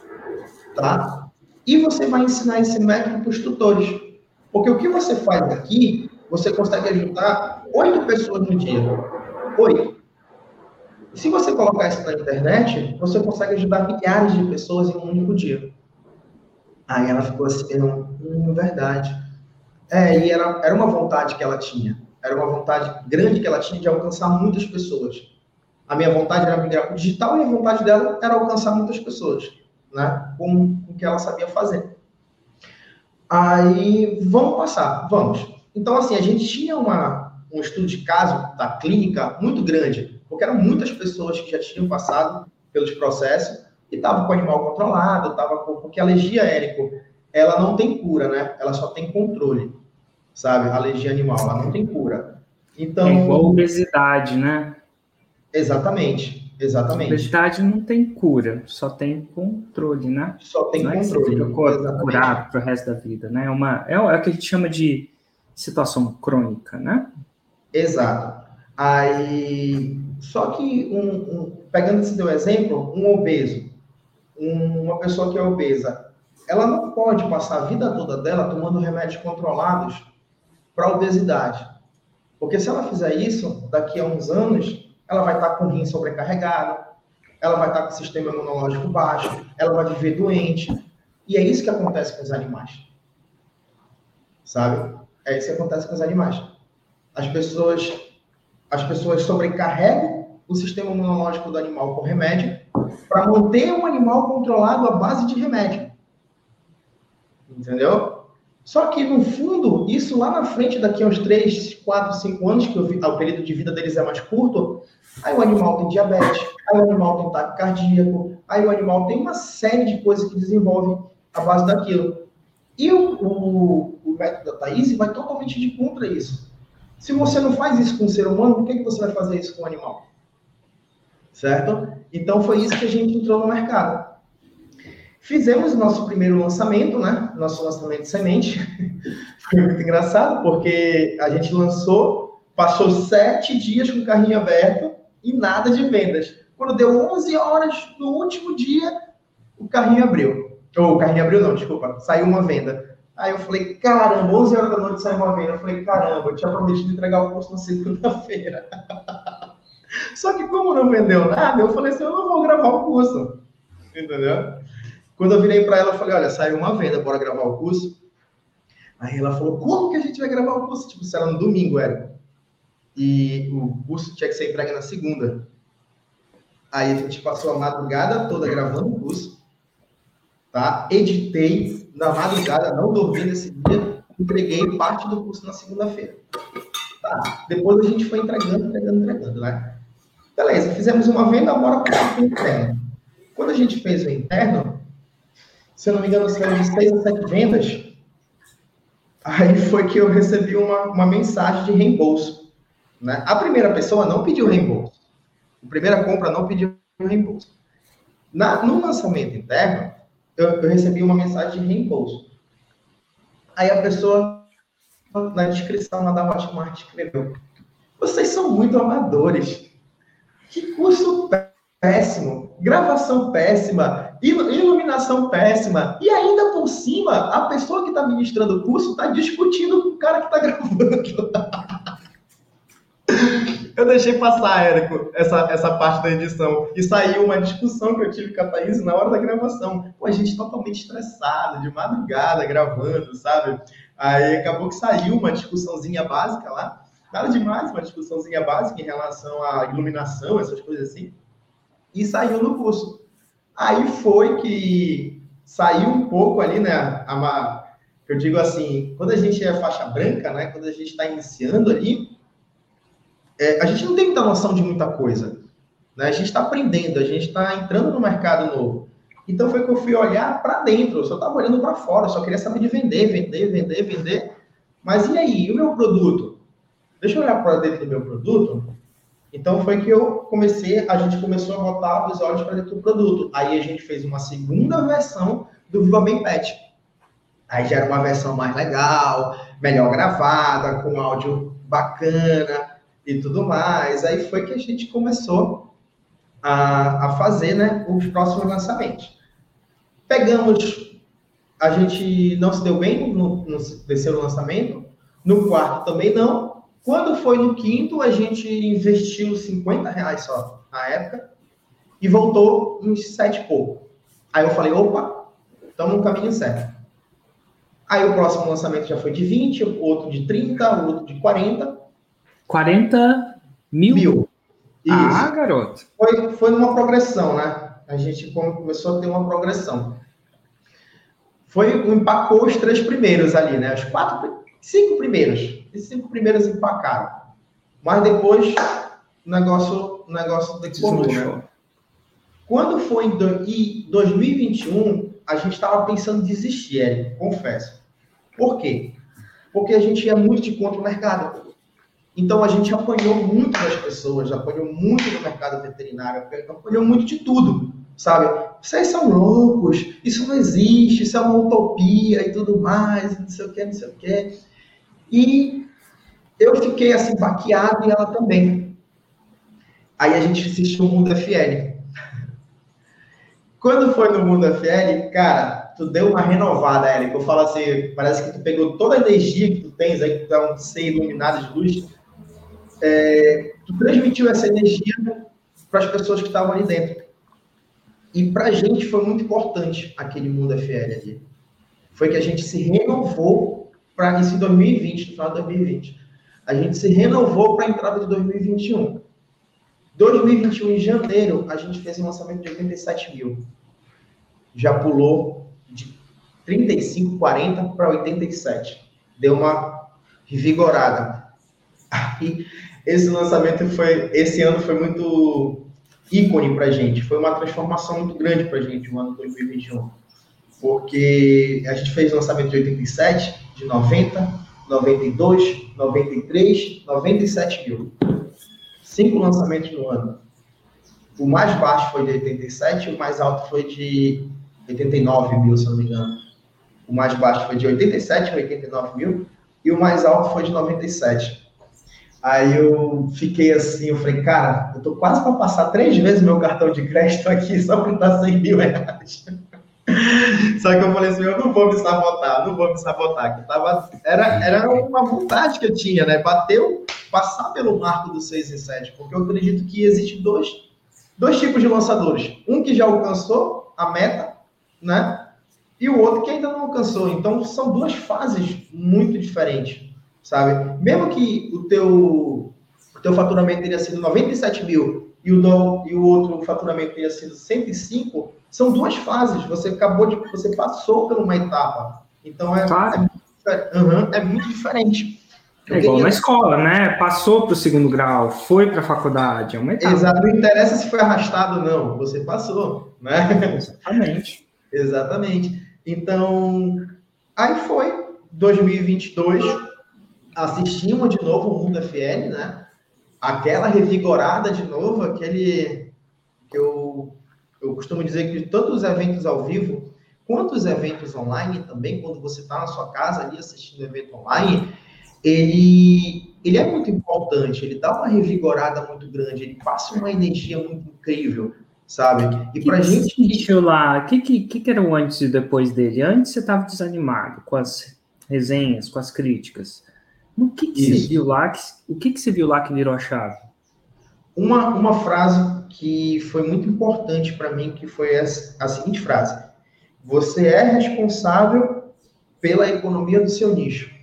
tá? E você vai ensinar esse método para os tutores. Porque o que você faz aqui, você consegue ajudar 8 pessoas no dia. 8. E se você colocar isso na internet, você consegue ajudar milhares de pessoas em um único dia. Aí ela ficou assim, verdade. E era uma vontade que ela tinha. Era uma vontade grande que ela tinha de alcançar muitas pessoas. A minha vontade era migrar para o digital e a vontade dela era alcançar muitas pessoas, né? Com o que ela sabia fazer. Aí, vamos passar, vamos. Então, assim, a gente tinha um estudo de caso da clínica muito grande, porque eram muitas pessoas que já tinham passado pelos processos e estavam com o animal controlado, porque a alergia, Érico, ela não tem cura, né? Ela só tem controle, sabe? A alergia animal, ela não tem cura. Então, é igual a obesidade, né? Exatamente. A obesidade não tem cura, só tem controle, né? Só tem não controle. É que você fica curado para o resto da vida, né? É o que a gente chama de situação crônica, né? Exato. Aí, só que, pegando esse teu exemplo, um obeso, uma pessoa que é obesa, ela não pode passar a vida toda dela tomando remédios controlados para obesidade. Porque se ela fizer isso, daqui a uns anos, ela vai estar com o rim sobrecarregado, ela vai estar com o sistema imunológico baixo, ela vai viver doente. E é isso que acontece com os animais. Sabe? É isso que acontece com os animais. As pessoas sobrecarregam o sistema imunológico do animal com remédio para manter um animal controlado à base de remédio. Entendeu? Só que, no fundo, isso lá na frente, daqui a uns 3, 4, 5 anos, que o período de vida deles é mais curto, aí o animal tem diabetes, aí o animal tem ataque cardíaco, aí o animal tem uma série de coisas que desenvolvem à base daquilo. E o método da Thaís vai totalmente de contra isso. Se você não faz isso com o ser humano, por que você vai fazer isso com o animal? Certo? Então, foi isso que a gente entrou no mercado. Fizemos o nosso primeiro lançamento, né? Nosso lançamento de semente. Foi muito engraçado, porque a gente lançou, passou 7 dias com o carrinho aberto e nada de vendas. Quando deu 11 horas no último dia, o carrinho abriu. Ou o carrinho abriu não, desculpa. Saiu uma venda. Aí eu falei, caramba, 11 horas da noite saiu uma venda. Eu falei, caramba, eu tinha prometido entregar o curso na segunda-feira. Só que como não vendeu nada, eu falei assim, eu não vou gravar o curso. Entendeu? Quando eu virei para ela, eu falei, olha, saiu uma venda, bora gravar o curso? Aí ela falou, como que a gente vai gravar o curso? Tipo, isso era no domingo, era. E o curso tinha que ser entregue na segunda. Aí a gente passou a madrugada toda gravando o curso, tá? Editei na madrugada, não dormi nesse dia, entreguei parte do curso na segunda-feira. Tá? Depois a gente foi entregando, né? Beleza, fizemos uma venda, agora para o interno. Quando a gente fez o interno, se eu não me engano, saiu de 6 a 7 vendas, aí foi que eu recebi uma mensagem de reembolso. Né? A primeira pessoa não pediu reembolso. A primeira compra não pediu reembolso. No lançamento interno, eu recebi uma mensagem de reembolso. Aí a pessoa, na descrição lá da Hotmart, escreveu: vocês são muito amadores. Que curso péssimo, gravação péssima, iluminação péssima, e ainda por cima, a pessoa que está ministrando o curso está discutindo com o cara que está gravando. Eu deixei passar, Érico, essa parte da edição, e saiu uma discussão que eu tive com a Thaís na hora da gravação. Pô, a gente totalmente estressado, de madrugada, gravando, sabe? Aí acabou que saiu uma discussãozinha básica lá, nada demais, uma discussãozinha básica em relação à iluminação, essas coisas assim. E saiu no curso. Aí foi que saiu um pouco ali, né? Eu digo assim, quando a gente é faixa branca, né? Quando a gente está iniciando ali, a gente não tem muita noção de muita coisa. Né? A gente está aprendendo, a gente está entrando no mercado novo. Então foi que eu fui olhar para dentro, eu só estava olhando para fora, eu só queria saber de vender. Mas e aí, e o meu produto? Deixa eu olhar para dentro do meu produto. Então foi que a gente começou a botar os olhos para dentro do produto. Aí a gente fez uma segunda versão do Viva Bem Pet. Aí já era uma versão mais legal, melhor gravada, com áudio bacana e tudo mais. Aí foi que a gente começou a fazer, né, os próximos lançamentos. A gente não se deu bem no terceiro lançamento, no quarto também não. Quando foi no quinto, a gente investiu R$50 só, na época, e voltou uns 7 e pouco. Aí eu falei, opa, estamos no caminho certo. Aí o próximo lançamento já foi de 20, outro de 30, outro de 40. 40 mil? Isso. Ah, garoto. Foi numa progressão, né? A gente começou a ter uma progressão. Empacou os 3 primeiros ali, né? Os 5 primeiros. Os 5 primeiros empacaram. Mas depois o negócio decolou, né? Quando foi em 2021, a gente estava pensando em desistir, Érico, confesso. Por quê? Porque a gente ia muito de contra o mercado. Então a gente apanhou muito das pessoas, apanhou muito do mercado veterinário, apanhou muito de tudo, sabe? Vocês são loucos, isso não existe, isso é uma utopia e tudo mais, não sei o quê. E eu fiquei assim, baqueado e ela também. Aí a gente assistiu o Mundo FL. Quando foi no Mundo FL, cara, tu deu uma renovada, Érico. Eu falo assim, parece que tu pegou toda a energia que tu tens aí, que tu é um ser iluminado de luz, tu transmitiu essa energia para as pessoas que estavam ali dentro. E para a gente foi muito importante aquele Mundo FL ali. Foi que a gente se renovou para isso em 2020, no final de 2020. A gente se renovou para a entrada de 2021. 2021, em janeiro, a gente fez um lançamento de 87 mil. Já pulou de 35, 40 para 87. Deu uma revigorada. E esse ano foi muito ícone para a gente. Foi uma transformação muito grande para a gente no ano 2021. Porque a gente fez lançamento de 87, de 90, 92, 93, 97 mil. 5 lançamentos no ano. O mais baixo foi de 87, o mais alto foi de 89 mil, se não me engano. O mais baixo foi de 87 a 89 mil e o mais alto foi de 97. Aí eu fiquei assim, eu falei, cara, eu tô quase para passar 3 vezes meu cartão de crédito aqui só para dar 100 mil reais. Só que eu falei assim, eu não vou me sabotar. Que era uma vontade que eu tinha, né? Passar pelo marco do 6 em 7, porque eu acredito que existem dois tipos de lançadores. Um que já alcançou a meta, né? E o outro que ainda não alcançou. Então, são 2 fases muito diferentes, sabe? Mesmo que o teu faturamento teria sido 97 mil e o outro faturamento teria sido 105, são 2 fases. Você passou por uma etapa. Então, é muito diferente. É igual na escola, né? Passou para o 2º grau, foi para a faculdade, é uma etapa. Exato, não interessa se foi arrastado ou não, você passou, né? Exatamente. Exatamente. Então, aí foi 2022, assistimos de novo o Mundo FL, né? Aquela revigorada de novo, aquele que eu costumo dizer que tanto os eventos ao vivo, quanto os eventos online também, quando você está na sua casa ali assistindo o evento online, ele é muito importante, ele dá uma revigorada muito grande, ele passa uma energia muito incrível, sabe? E pra gente... sentiu lá? O que era o antes e depois dele? Antes você estava desanimado com as resenhas, com as críticas. O que você viu lá? O que você viu lá que virou a chave? Uma frase que foi muito importante para mim, que foi a seguinte frase: você é responsável pela economia do seu nicho.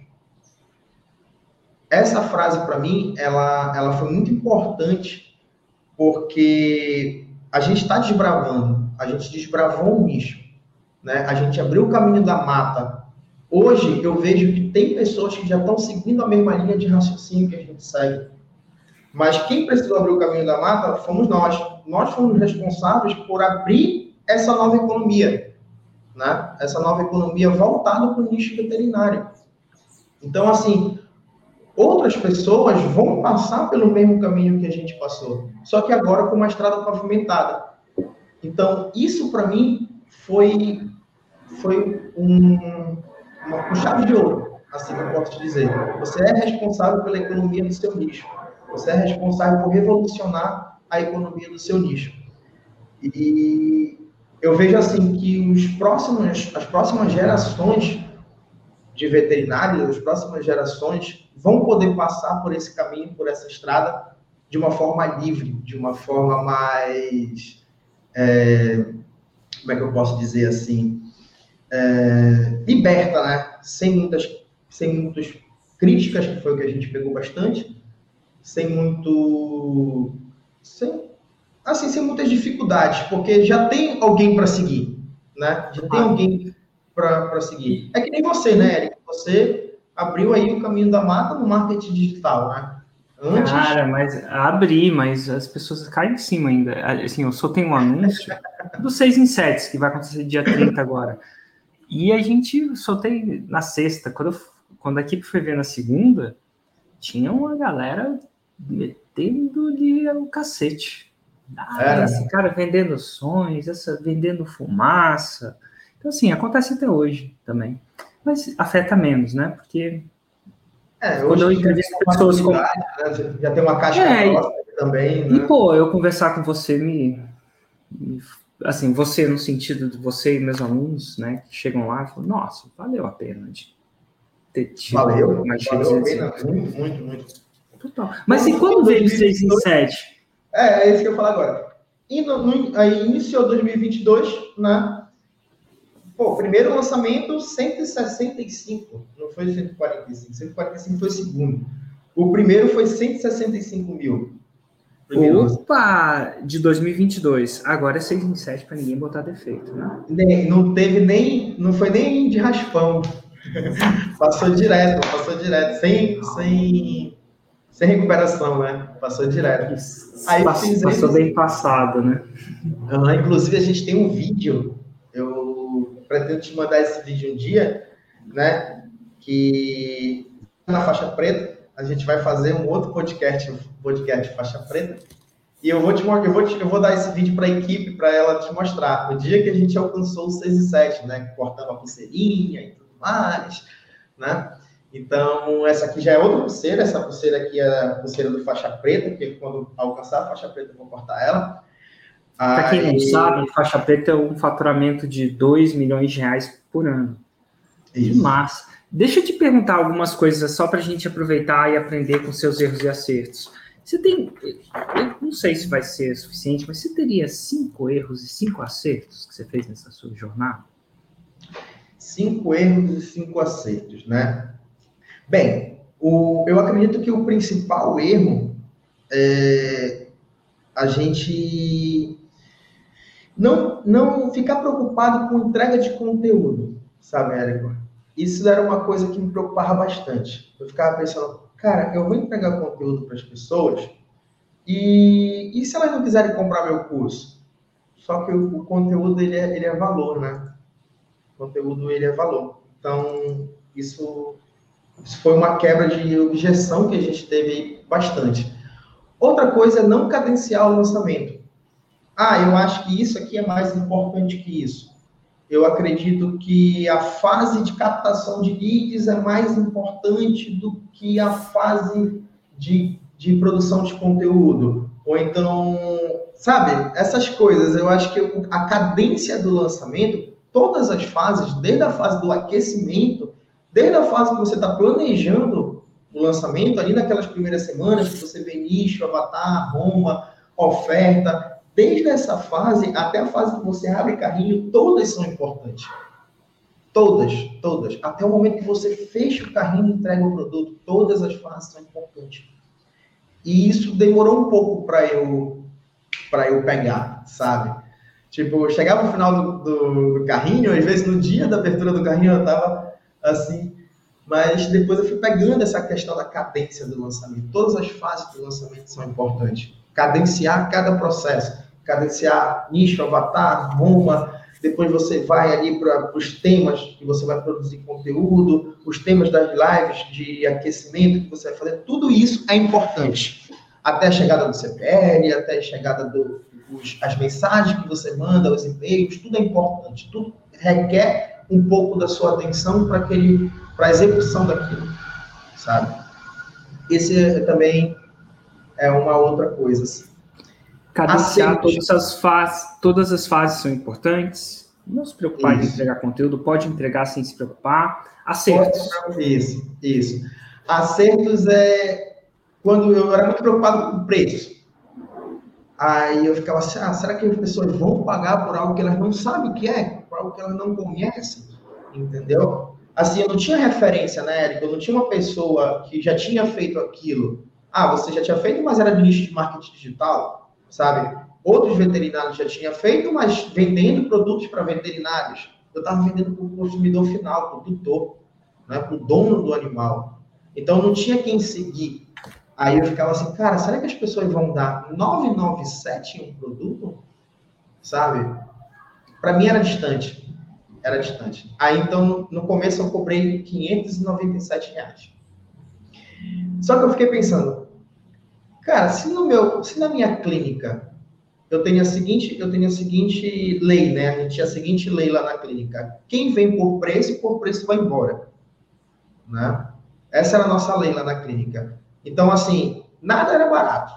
Essa frase, para mim, ela foi muito importante, porque a gente está desbravando, a gente desbravou um nicho, né? A gente abriu o caminho da mata. Hoje, eu vejo que tem pessoas que já estão seguindo a mesma linha de raciocínio que a gente segue. Mas quem precisou abrir o caminho da mata fomos nós. Nós fomos responsáveis por abrir essa nova economia, né? Essa nova economia voltada para o nicho veterinário. Então, assim, outras pessoas vão passar pelo mesmo caminho que a gente passou, só que agora com uma estrada pavimentada. Então, isso para mim foi uma chave de ouro, assim que eu posso te dizer. Você é responsável pela economia do seu nicho. Você é responsável por revolucionar a economia do seu nicho. E eu vejo assim que as próximas gerações de veterinários, as próximas gerações vão poder passar por esse caminho, por essa estrada, de uma forma livre, de uma forma mais... como é que eu posso dizer assim? Liberta, né? Sem muitas críticas, que foi o que a gente pegou bastante, sem muitas dificuldades, porque já tem alguém para seguir, né? Já tem alguém para seguir. É que nem você, né, Eric? Você abriu aí o caminho da mata no marketing digital, né? Cara, mas as pessoas caem em cima ainda. Assim, eu só tenho um anúncio do 6 em 7, que vai acontecer dia 30 agora. E a gente soltei na sexta. Quando a equipe foi ver na segunda, tinha uma galera metendo-lhe o cacete. Esse cara vendendo sonhos, vendendo fumaça. Então, assim, acontece até hoje também. Mas afeta menos, né? Porque quando eu entrevisto pessoas como... Já tem uma caixa também, né? E, pô, eu conversar com você assim, você no sentido de você e meus alunos, né, que chegam lá e falam, nossa, valeu a pena de ter tido valeu a pena, muito. Total. Mas e quando veio 6 em 7? É isso que eu ia falar agora. E aí iniciou 2022, né? Pô, primeiro lançamento, 165. Não foi 145. 145 foi o segundo. O primeiro foi 165 mil. Opa! De 2022. Agora é 6 em 7 para ninguém botar defeito, né? Não foi nem de raspão. Passou direto, sem recuperação, né? Passou direto. Aí passou bem passado, né? Inclusive, a gente tem um vídeo, eu pretendo te mandar esse vídeo um dia, né? Que na faixa preta, a gente vai fazer um outro podcast faixa preta, e eu vou dar esse vídeo para a equipe, para ela te mostrar. O dia que a gente alcançou os 6 e 7, né? Cortando a pulseirinha e tudo mais, né? Então, essa aqui já é outra pulseira. Essa pulseira aqui é a pulseira do faixa preta, porque quando alcançar a faixa preta eu vou cortar ela. Para quem não sabe, faixa preta é um faturamento de 2 milhões de reais por ano. Isso. Que massa. Deixa eu te perguntar algumas coisas só para a gente aproveitar e aprender com seus erros e acertos. Você tem, eu não sei se vai ser suficiente, mas você teria 5 erros e 5 acertos que você fez nessa sua jornada? 5 erros e 5 acertos, né? Bem, eu acredito que o principal erro é a gente não ficar preocupado com entrega de conteúdo, sabe, Érico? Isso era uma coisa que me preocupava bastante. Eu ficava pensando, cara, eu vou entregar conteúdo para as pessoas e se elas não quiserem comprar meu curso? Só que o conteúdo, ele é valor, né? O conteúdo, ele é valor. Então, isso foi uma quebra de objeção que a gente teve aí bastante. Outra coisa é não cadenciar o lançamento. Eu acho que isso aqui é mais importante que isso. Eu acredito que a fase de captação de leads é mais importante do que a fase de produção de conteúdo. Ou então, sabe, essas coisas. Eu acho que a cadência do lançamento, todas as fases, desde a fase do aquecimento, desde a fase que você está planejando o lançamento, ali naquelas primeiras semanas que você vê nicho, avatar, Roma, oferta, desde essa fase até a fase que você abre carrinho, todas são importantes. Todas. Até o momento que você fecha o carrinho e entrega o produto, todas as fases são importantes. E isso demorou um pouco para eu pegar, sabe? Tipo, eu chegava no final do carrinho, às vezes no dia da abertura do carrinho eu estava assim, mas depois eu fui pegando essa questão da cadência do lançamento. Todas as fases do lançamento são importantes. Cadenciar cada processo. Cadenciar nicho, avatar, Roma, depois você vai ali para os temas que você vai produzir conteúdo, os temas das lives de aquecimento que você vai fazer, tudo isso é importante. Até a chegada do CPL, até a chegada as mensagens que você manda, os e-mails, tudo é importante, tudo requer um pouco da sua atenção para a execução daquilo, sabe? Esse também é uma outra coisa, assim. Cadenciar todas as fases são importantes. Não se preocupar em entregar conteúdo, pode entregar sem se preocupar. Acertos. Isso. Acertos é quando eu era muito preocupado com preços. Aí eu ficava assim, será que as pessoas vão pagar por algo que elas não sabem o que é? Por algo que elas não conhecem? Entendeu? Assim, eu não tinha referência, né, Érico? Eu não tinha uma pessoa que já tinha feito aquilo. Você já tinha feito, mas era do nicho de marketing digital. Sabe? Outros veterinários já tinham feito, mas vendendo produtos para veterinários. Eu estava vendendo para o consumidor final, para o tutor, né? Para o dono do animal. Então, não tinha quem seguir. Aí eu ficava assim, cara, será que as pessoas vão dar 997 em um produto? Sabe? Para mim era distante. Aí, então, no começo eu cobrei R$597. Só que eu fiquei pensando, cara, se na minha clínica eu tenho a seguinte lei, né? A gente tinha a seguinte lei lá na clínica. Quem vem por preço vai embora. Né? Essa era a nossa lei lá na clínica. Então, assim, nada era barato.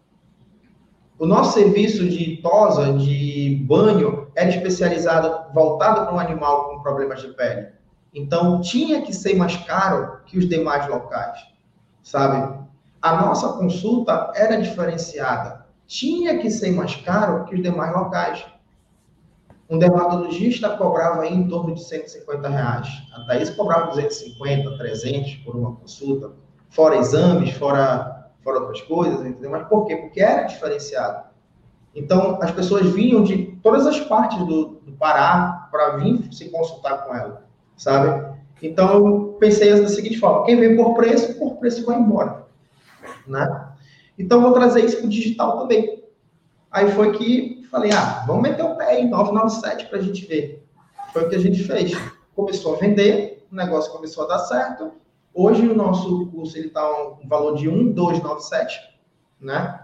O nosso serviço de tosa, de banho, era especializado, voltado para um animal com problemas de pele. Então, tinha que ser mais caro que os demais locais, sabe? a nossa consulta era diferenciada. Tinha que ser mais caro que os demais locais. Um dermatologista cobrava aí em torno de R$ 150. A Thaís cobrava 250, 300 por uma consulta, fora exames, fora outras coisas, entendeu? Mas por quê? Porque era diferenciado. Então, as pessoas vinham de todas as partes do Pará para vir se consultar com ela, sabe? Então, eu pensei da seguinte forma: quem vem por preço vai embora, né? Então, vou trazer isso para o digital também. Aí foi que falei, vamos meter o pé em 997 para a gente ver. Foi o que a gente fez. Começou a vender, o negócio começou a dar certo. Hoje o nosso curso está um valor de 1.297, né?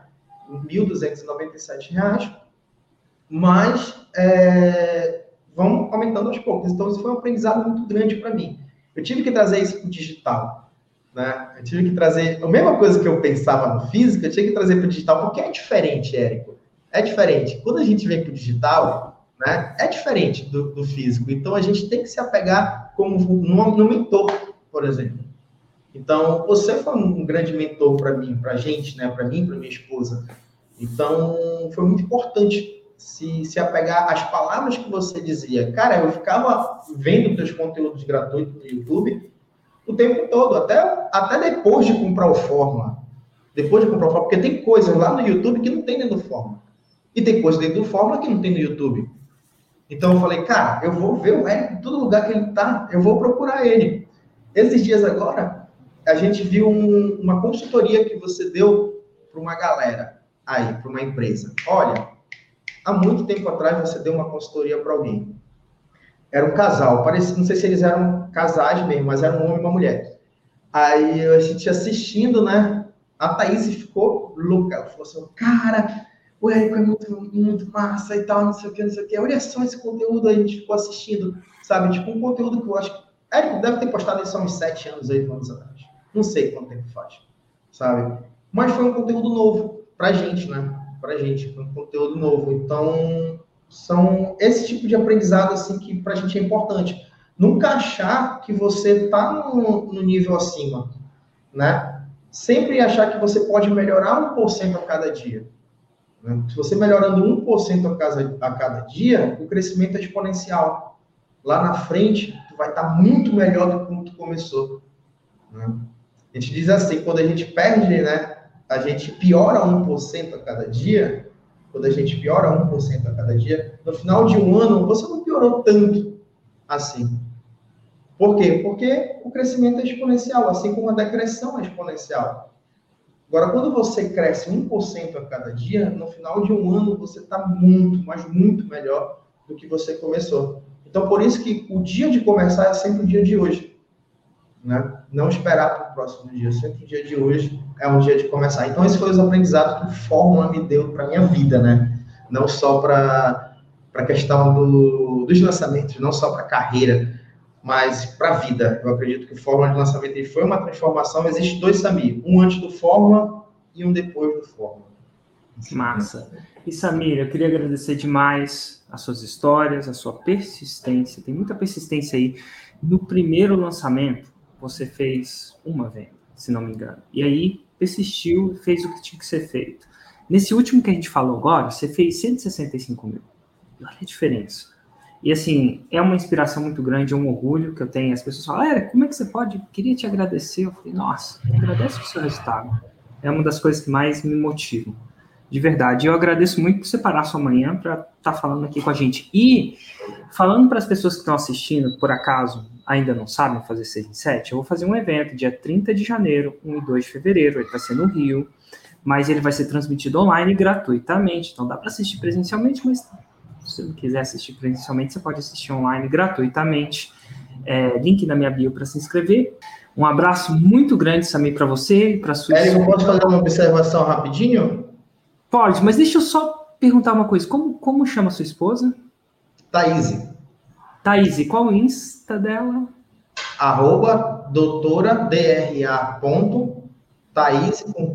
R$ 1.297. Mas vamos aumentando aos poucos. Então isso foi um aprendizado muito grande para mim. Eu tive que trazer isso para o digital, né? Eu tive que trazer a mesma coisa que eu pensava no físico, eu tinha que trazer para o digital, porque é diferente, Érico. É diferente. Quando a gente vem para o digital, né, é diferente do físico. Então, a gente tem que se apegar como no mentor, por exemplo. Então, você foi um grande mentor para mim, para a gente, né, para mim, para minha esposa. Então, foi muito importante se apegar às palavras que você dizia. Cara, eu ficava vendo teus conteúdos gratuitos no YouTube o tempo todo, até depois de comprar o Fórmula. Depois de comprar o Fórmula, porque tem coisas lá no YouTube que não tem dentro do Fórmula. E tem coisa dentro do Fórmula que não tem no YouTube. Então eu falei, cara, eu vou ver o Érico em todo lugar que ele tá, eu vou procurar ele. Esses dias agora, a gente viu uma consultoria que você deu para uma galera aí, para uma empresa. Olha, há muito tempo atrás você deu uma consultoria para alguém. Era um casal, não sei se eles eram casais mesmo, mas era um homem e uma mulher. Aí a gente assistindo, né? A Thaís ficou louca. Ela falou assim, cara, o Érico é muito massa e tal, não sei o que. Olha só esse conteúdo aí, a gente ficou assistindo, sabe? Tipo, um conteúdo que eu acho que... Érico deve ter postado isso há uns 7 anos, 8 anos atrás. Não sei quanto tempo faz, sabe? Mas foi um conteúdo novo pra gente, né? Pra gente, foi um conteúdo novo. Então, são esse tipo de aprendizado, assim, que pra gente é importante. Nunca achar que você tá no nível acima, né? Sempre achar que você pode melhorar 1% a cada dia. Se você melhorando 1% a cada dia, o crescimento é exponencial. Lá na frente, tu vai estar muito melhor do que como tu começou. Né? A gente diz assim, quando a gente perde, né, a gente piora 1% a cada dia, quando a gente piora 1% a cada dia, no final de um ano, você não piorou tanto assim. Por quê? Porque o crescimento é exponencial, assim como a decreção é exponencial. Agora, quando você cresce 1% a cada dia, no final de um ano você está muito, mas muito melhor do que você começou. Então, por isso que o dia de começar é sempre o dia de hoje. Né? Não esperar para o próximo dia, sempre o dia de hoje é um dia de começar. Então, esses foram os aprendizados que o Fórmula me deu para a minha vida, né? Não só para a questão dos lançamentos, não só para a carreira, mas para a vida. Eu acredito que o Fórmula de lançamento foi uma transformação. Existe 2 Samir, um antes do Fórmula e um depois do Fórmula. Massa. E Samir, eu queria agradecer demais as suas histórias, a sua persistência. Tem muita persistência aí. No primeiro lançamento, você fez uma venda, se não me engano. E aí, persistiu e fez o que tinha que ser feito. Nesse último que a gente falou agora, você fez 165 mil. Olha a diferença. E assim, é uma inspiração muito grande, é um orgulho que eu tenho. As pessoas falam, como é que você pode? Queria te agradecer. Eu falei, nossa, agradece o seu resultado. É uma das coisas que mais me motivam. De verdade. Eu agradeço muito por separar sua manhã para estar falando aqui com a gente. E falando para as pessoas que estão assistindo, por acaso ainda não sabem fazer 6 em 7, eu vou fazer um evento dia 30 de janeiro, 1 e 2 de fevereiro. Ele vai ser no Rio, mas ele vai ser transmitido online gratuitamente. Então dá para assistir presencialmente, mas se você não quiser assistir presencialmente, você pode assistir online gratuitamente. Link na minha bio para se inscrever. Um abraço muito grande, Samir, para você e para sua Érico, posso fazer uma observação rapidinho? Pode, mas deixa eu só perguntar uma coisa. Como chama sua esposa? Thaís. Thaís, qual o Insta dela? @doutora.dra.Thaís com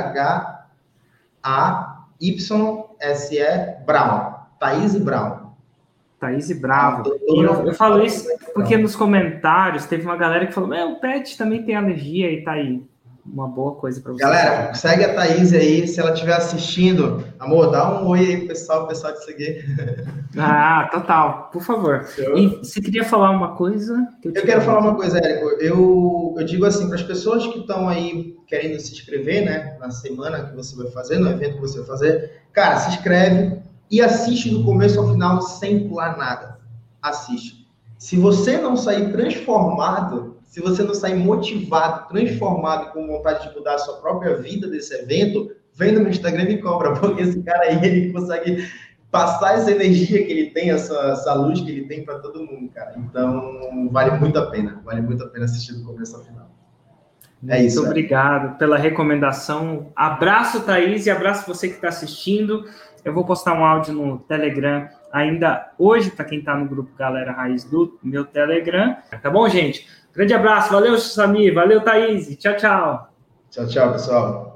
THAYSE Brown. Thaís Brown. Thaís Bravo. E eu falo isso porque nos comentários teve uma galera que falou, o Pet também tem alergia e tá aí. uma boa coisa para você. Galera, segue a Thaís aí, se ela estiver assistindo. Amor, dá um oi aí pro pessoal te seguir. Ah, total, por favor. E você queria falar uma coisa? Eu quero falar uma coisa, Érico. Eu digo assim, para as pessoas que estão aí querendo se inscrever, né, na semana que você vai fazer, no evento que você vai fazer, cara, se inscreve e assiste do começo ao final sem pular nada. Assiste. Se você não sair transformado, se você não sair motivado, transformado, com vontade de mudar a sua própria vida desse evento, vem no meu Instagram e me cobra, porque esse cara aí, ele consegue passar essa energia que ele tem, essa luz que ele tem para todo mundo, cara. Então, vale muito a pena assistir do começo ao final. É isso. Muito obrigado pela recomendação. Abraço, Thaís, e abraço você que está assistindo. Eu vou postar um áudio no Telegram ainda hoje, para quem está no grupo Galera Raiz do meu Telegram. Tá bom, gente? Grande abraço. Valeu, Samir. Valeu, Thaís. Tchau, tchau. Tchau, tchau, pessoal.